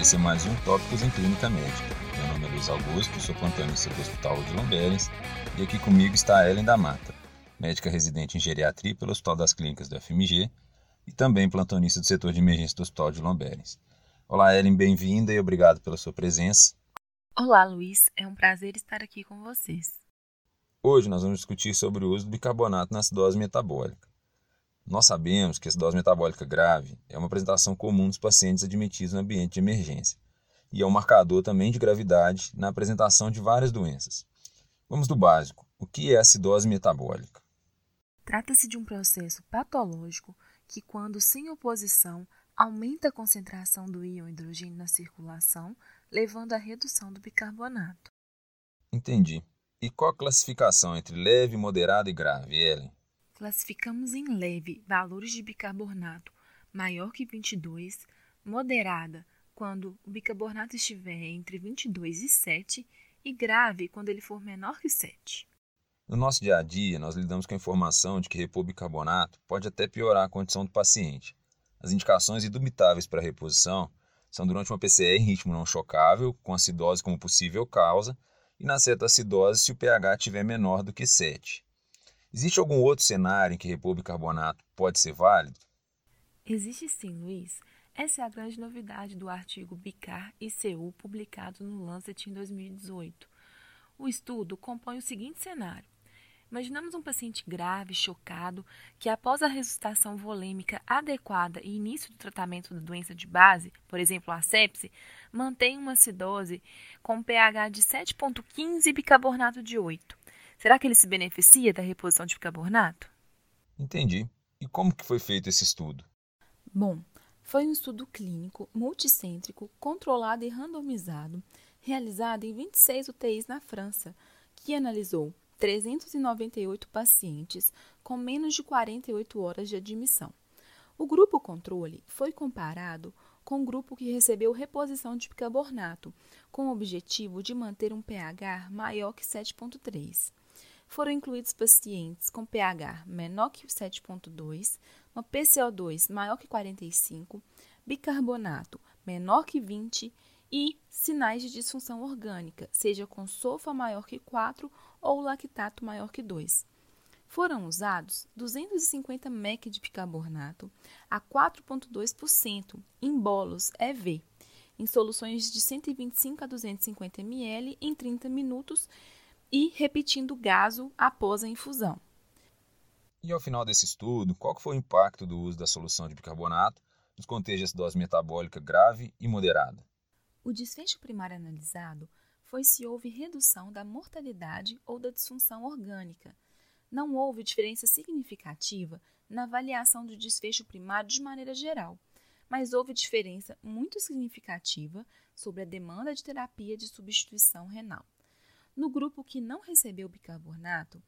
Esse é mais um Tópicos em Clínica Médica. Meu nome é Luiz Augusto, sou plantonista do Hospital de Lomberens e aqui comigo está a Ellen da Mata, médica residente em geriatria pelo Hospital das Clínicas do FMG e também plantonista do setor de emergência do Hospital de Lomberens. Olá, Ellen, bem-vinda e obrigado pela sua presença. Olá, Luiz. É um prazer estar aqui com vocês. Hoje nós vamos discutir sobre o uso do bicarbonato na acidose metabólica. Nós sabemos que a acidose metabólica grave é uma apresentação comum dos pacientes admitidos no ambiente de emergência e é um marcador também de gravidade na apresentação de várias doenças. Vamos do básico. O que é acidose metabólica? Trata-se de um processo patológico que, quando sem oposição, aumenta a concentração do íon hidrogênio na circulação, levando à redução do bicarbonato. Entendi. E qual a classificação entre leve, moderada e grave, Ellen? Classificamos em leve valores de bicarbonato maior que 22, moderada quando o bicarbonato estiver entre 22 e 7 e grave quando ele for menor que 7. No nosso dia a dia, nós lidamos com a informação de que repor bicarbonato pode até piorar a condição do paciente. As indicações indubitáveis para a reposição são durante uma PCR em ritmo não chocável, com acidose como possível causa, e na cetoacidose se o pH estiver menor do que 7. Existe algum outro cenário em que repor bicarbonato pode ser válido? Existe sim, Luiz. Essa é a grande novidade do artigo BICAR-ICU publicado no Lancet em 2018. O estudo compõe o seguinte cenário. Imaginamos um paciente grave, chocado, que após a ressuscitação volêmica adequada e início do tratamento da doença de base, por exemplo, a sepse, mantém uma acidose com pH de 7,15 e bicarbonato de 8. Será que ele se beneficia da reposição de bicarbonato? Entendi. E como que foi feito esse estudo? Bom, foi um estudo clínico, multicêntrico, controlado e randomizado, realizado em 26 UTIs na França, que analisou 398 pacientes com menos de 48 horas de admissão. O grupo controle foi comparado com o grupo que recebeu reposição de bicarbonato, com o objetivo de manter um pH maior que 7,3. Foram incluídos pacientes com pH menor que 7,2, uma PCO2 maior que 45, bicarbonato menor que 20 e sinais de disfunção orgânica, seja com SOFA maior que 4 ou lactato maior que 2. Foram usados 250 mEq de bicarbonato a 4,2% em bolos EV, em soluções de 125 a 250 ml em 30 minutos e repetindo o gaso após a infusão. E ao final desse estudo, qual que foi o impacto do uso da solução de bicarbonato nos contextos de acidose metabólica grave e moderada? O desfecho primário analisado foi se houve redução da mortalidade ou da disfunção orgânica. Não houve diferença significativa na avaliação do desfecho primário de maneira geral, mas houve diferença muito significativa sobre a demanda de terapia de substituição renal. No grupo que não recebeu bicarbonato,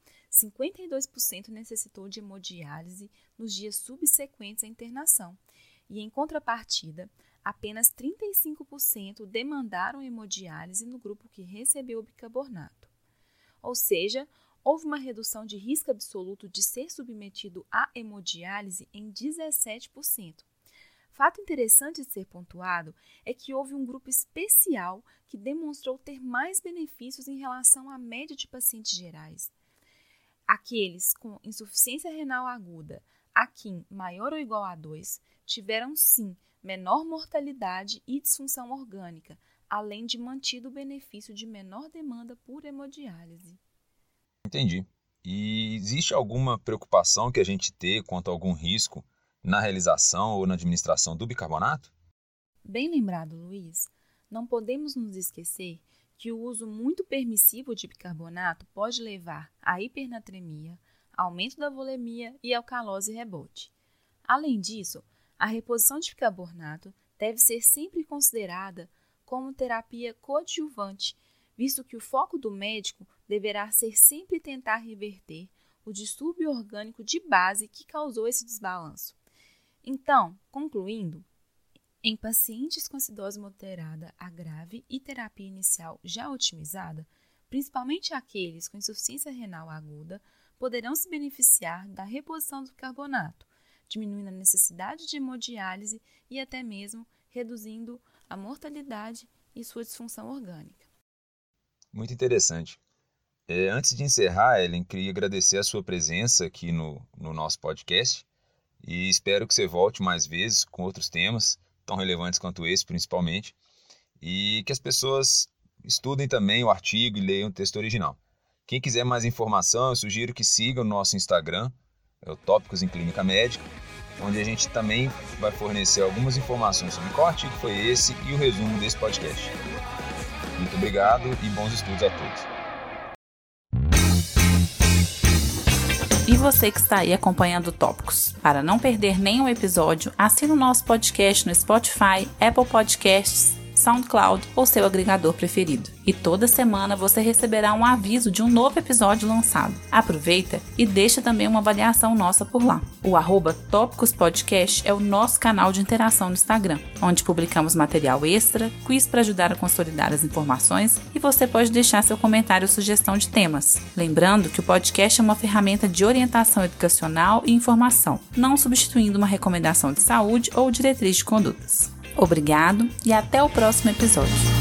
52% necessitou de hemodiálise nos dias subsequentes à internação, e, em contrapartida, apenas 35% demandaram hemodiálise no grupo que recebeu o bicarbonato. Ou seja, houve uma redução de risco absoluto de ser submetido à hemodiálise em 17%. Fato interessante de ser pontuado é que houve um grupo especial que demonstrou ter mais benefícios em relação à média de pacientes gerais. Aqueles com insuficiência renal aguda, AQIM maior ou igual a 2, tiveram sim menor mortalidade e disfunção orgânica, além de mantido o benefício de menor demanda por hemodiálise. Entendi. E existe alguma preocupação que a gente tem quanto a algum risco na realização ou na administração do bicarbonato? Bem lembrado, Luiz, não podemos nos esquecer que o uso muito permissivo de bicarbonato pode levar à hipernatremia, aumento da volemia e alcalose rebote. Além disso, a reposição de bicarbonato deve ser sempre considerada como terapia coadjuvante, visto que o foco do médico deverá ser sempre tentar reverter o distúrbio orgânico de base que causou esse desbalanço. Então, concluindo, em pacientes com acidose moderada a grave e terapia inicial já otimizada, principalmente aqueles com insuficiência renal aguda, poderão se beneficiar da reposição do bicarbonato, diminuindo a necessidade de hemodiálise e até mesmo reduzindo a mortalidade e sua disfunção orgânica. Muito interessante. Antes de encerrar, Ellen, queria agradecer a sua presença aqui no nosso podcast e espero que você volte mais vezes com outros temas, tão relevantes quanto esse, principalmente, e que as pessoas estudem também o artigo e leiam o texto original. Quem quiser mais informação, eu sugiro que siga o nosso Instagram, é o Tópicos em Clínica Médica, onde a gente também vai fornecer algumas informações sobre qual artigo foi esse e o resumo desse podcast. Muito obrigado e bons estudos a todos. E você que está aí acompanhando Tópicos. Para não perder nenhum episódio, assine o nosso podcast no Spotify, Apple Podcasts, SoundCloud ou seu agregador preferido. E toda semana você receberá um aviso de um novo episódio lançado. Aproveita e deixa também uma avaliação nossa por lá. O @TópicosPodcast é o nosso canal de interação no Instagram, onde publicamos material extra, quiz para ajudar a consolidar as informações e você pode deixar seu comentário ou sugestão de temas. Lembrando que o podcast é uma ferramenta de orientação educacional e informação, não substituindo uma recomendação de saúde ou diretriz de condutas. Obrigado e até o próximo episódio.